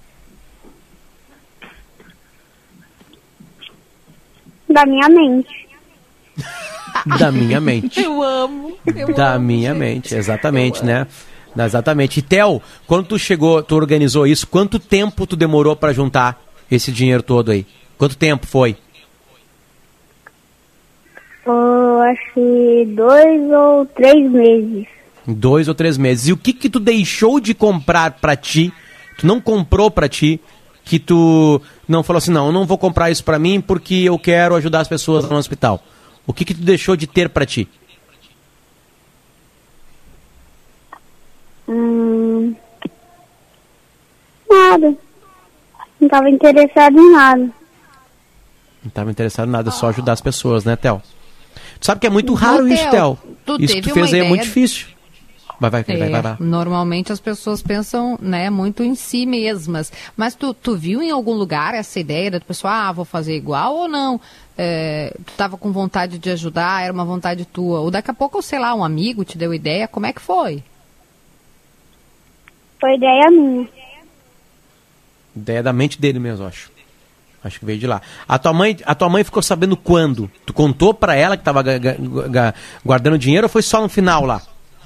Da minha mente. Da minha mente. Eu amo. Eu Da amo, minha gente. mente, exatamente, né? Exatamente. E Theo, quando tu chegou, tu organizou isso, quanto tempo tu demorou pra juntar esse dinheiro todo aí? Quanto tempo foi? Eu acho que dois ou três meses. Dois ou três meses. E o que que tu deixou de comprar pra ti? Tu não comprou pra ti? Que tu não falou assim, não, eu não vou comprar isso pra mim porque eu quero ajudar as pessoas no hospital. O que que tu deixou de ter pra ti? Hum, nada. Não estava interessado em nada. Não estava interessado em nada, só ajudar as pessoas, né, Theo? Tu sabe que é muito raro Ô, isso, Theo. tu Isso que teve tu fez uma aí é muito ideia- difícil. Vai, vai, vai, É, vai, vai. normalmente as pessoas pensam, né, muito em si mesmas. Mas tu, tu viu em algum lugar essa ideia da pessoa, ah, vou fazer igual ou não? É, tu estava com vontade de ajudar, era uma vontade tua. Ou daqui a pouco, sei lá, um amigo te deu ideia, como é que foi? Foi ideia minha. Ideia da mente dele mesmo, eu acho. Acho que veio de lá. A tua mãe, a tua mãe ficou sabendo quando? Tu contou pra ela que tava ga- ga- ga- guardando dinheiro ou foi só no final lá?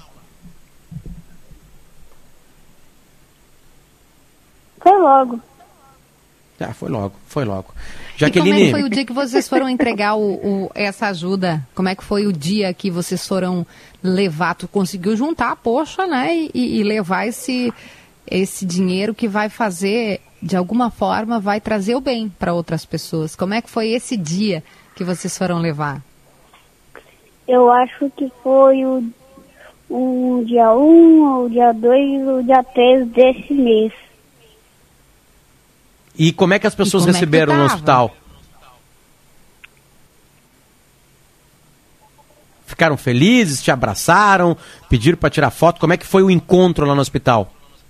Foi logo. Ah, foi logo, foi logo. E como é que Jaqueline, foi o dia que vocês foram entregar o, o- essa ajuda? Como é que foi o dia que vocês foram levar? Tu conseguiu juntar, poxa, né? E, e levar esse, esse dinheiro que vai fazer, de alguma forma, vai trazer o bem para outras pessoas. Como é que foi esse dia que vocês foram levar? Eu acho que foi o, o dia um, o dia dois, o dia três desse mês. e como é que as pessoas como é que tu receberam no tava? hospital? Ficaram felizes, te abraçaram, pediram pra tirar foto? Como é que foi o encontro lá no hospital?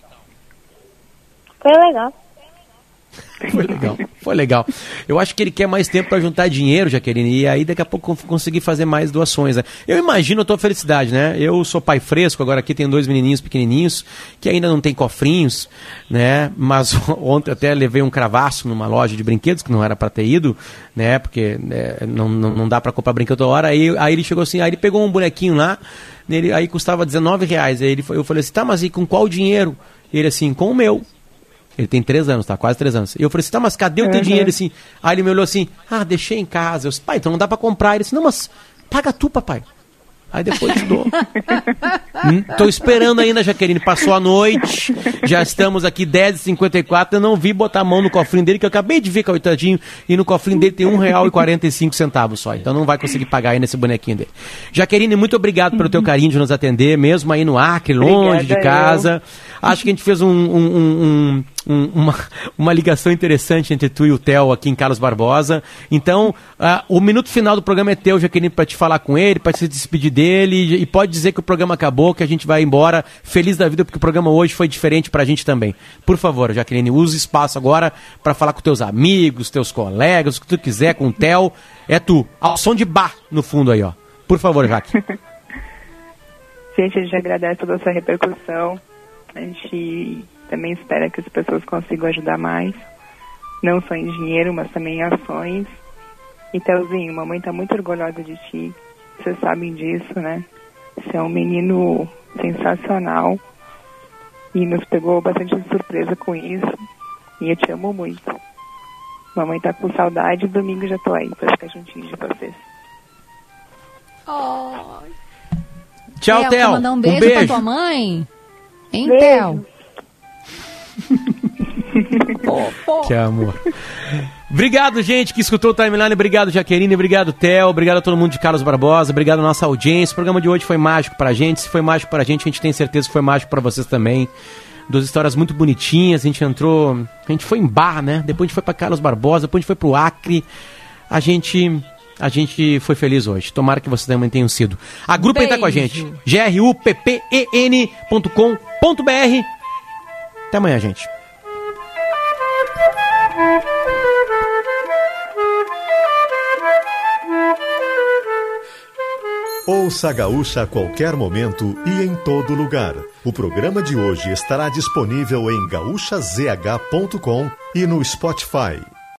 Foi legal. Foi legal, foi legal. Eu acho que ele quer mais tempo pra juntar dinheiro, Jaqueline, e aí daqui a pouco conseguir fazer mais doações, né? Eu imagino a tua felicidade, né? Eu sou pai fresco, agora aqui tenho dois menininhos pequenininhos, que ainda não tem cofrinhos, né? Mas ontem até levei um cravaço numa loja de brinquedos, que não era pra ter ido, né? Porque né, não, não, não dá pra comprar brinquedo toda hora. Aí, aí ele chegou assim, aí ele pegou um bonequinho lá, nele, aí custava dezenove reais. Aí ele, eu falei assim, tá, mas e com qual dinheiro? Ele assim, com o meu. Ele tem três anos, tá? Quase três anos. E eu falei assim, tá, mas cadê o teu Uhum. dinheiro? Assim, aí ele me olhou assim, ah, deixei em casa. Eu disse, pai, então não dá pra comprar. Ele disse, não, mas paga tu, papai. Aí depois te dou. hum, tô esperando ainda, Jaqueline. Passou a noite, já estamos aqui dez e cinquenta e quatro. Eu não vi botar a mão no cofrinho dele, que eu acabei de ver, coitadinho. E no cofrinho dele tem um real e quarenta e cinco centavos só. Então não vai conseguir pagar aí nesse bonequinho dele. Jaqueline, muito obrigado pelo teu carinho de nos atender, mesmo aí no Acre, longe Obrigada, de casa. Eu. Acho que a gente fez um, um, um, um, uma, uma ligação interessante entre tu e o Theo aqui em Carlos Barbosa. Então, uh, o minuto final do programa é teu, Jaqueline, para te falar com ele, para se despedir dele, e pode dizer que o programa acabou, que a gente vai embora feliz da vida, porque o programa hoje foi diferente pra gente também. Por favor, Jaqueline, use espaço agora para falar com teus amigos, teus colegas, o que tu quiser, com o Theo. É tu. Ao som de bar no fundo aí, ó. Por favor, Jaque. Gente, a gente agradece toda essa repercussão. A gente também espera que as pessoas consigam ajudar mais. Não só em dinheiro, mas também em ações. E, Telzinho, mamãe tá muito orgulhosa de ti. Vocês sabem disso, né? Você é um menino sensacional. E nos pegou bastante de surpresa com isso. E eu te amo muito. Mamãe tá com saudade. Domingo já tô aí pra ficar juntinho de vocês. Oh. Tchau, Theo. Mandar um beijo, um beijo pra tua mãe. Hein, Theo? Que amor. Obrigado, gente, que escutou o Timeline. Obrigado, Jaqueline. Obrigado, Theo. Obrigado a todo mundo de Carlos Barbosa. Obrigado à nossa audiência. O programa de hoje foi mágico pra gente. Se foi mágico pra gente, a gente tem certeza que foi mágico pra vocês também. Duas histórias muito bonitinhas. A gente entrou... A gente foi em Bar, né? Depois a gente foi pra Carlos Barbosa. Depois a gente foi pro Acre. A gente... A gente foi feliz hoje. Tomara que vocês também tenham sido. A Grupo aí tá com a gente. G R U P P E N ponto com ponto B R. Até amanhã, gente. Ouça a Gaúcha a qualquer momento e em todo lugar. O programa de hoje estará disponível em gaúcha z h ponto com e no Spotify.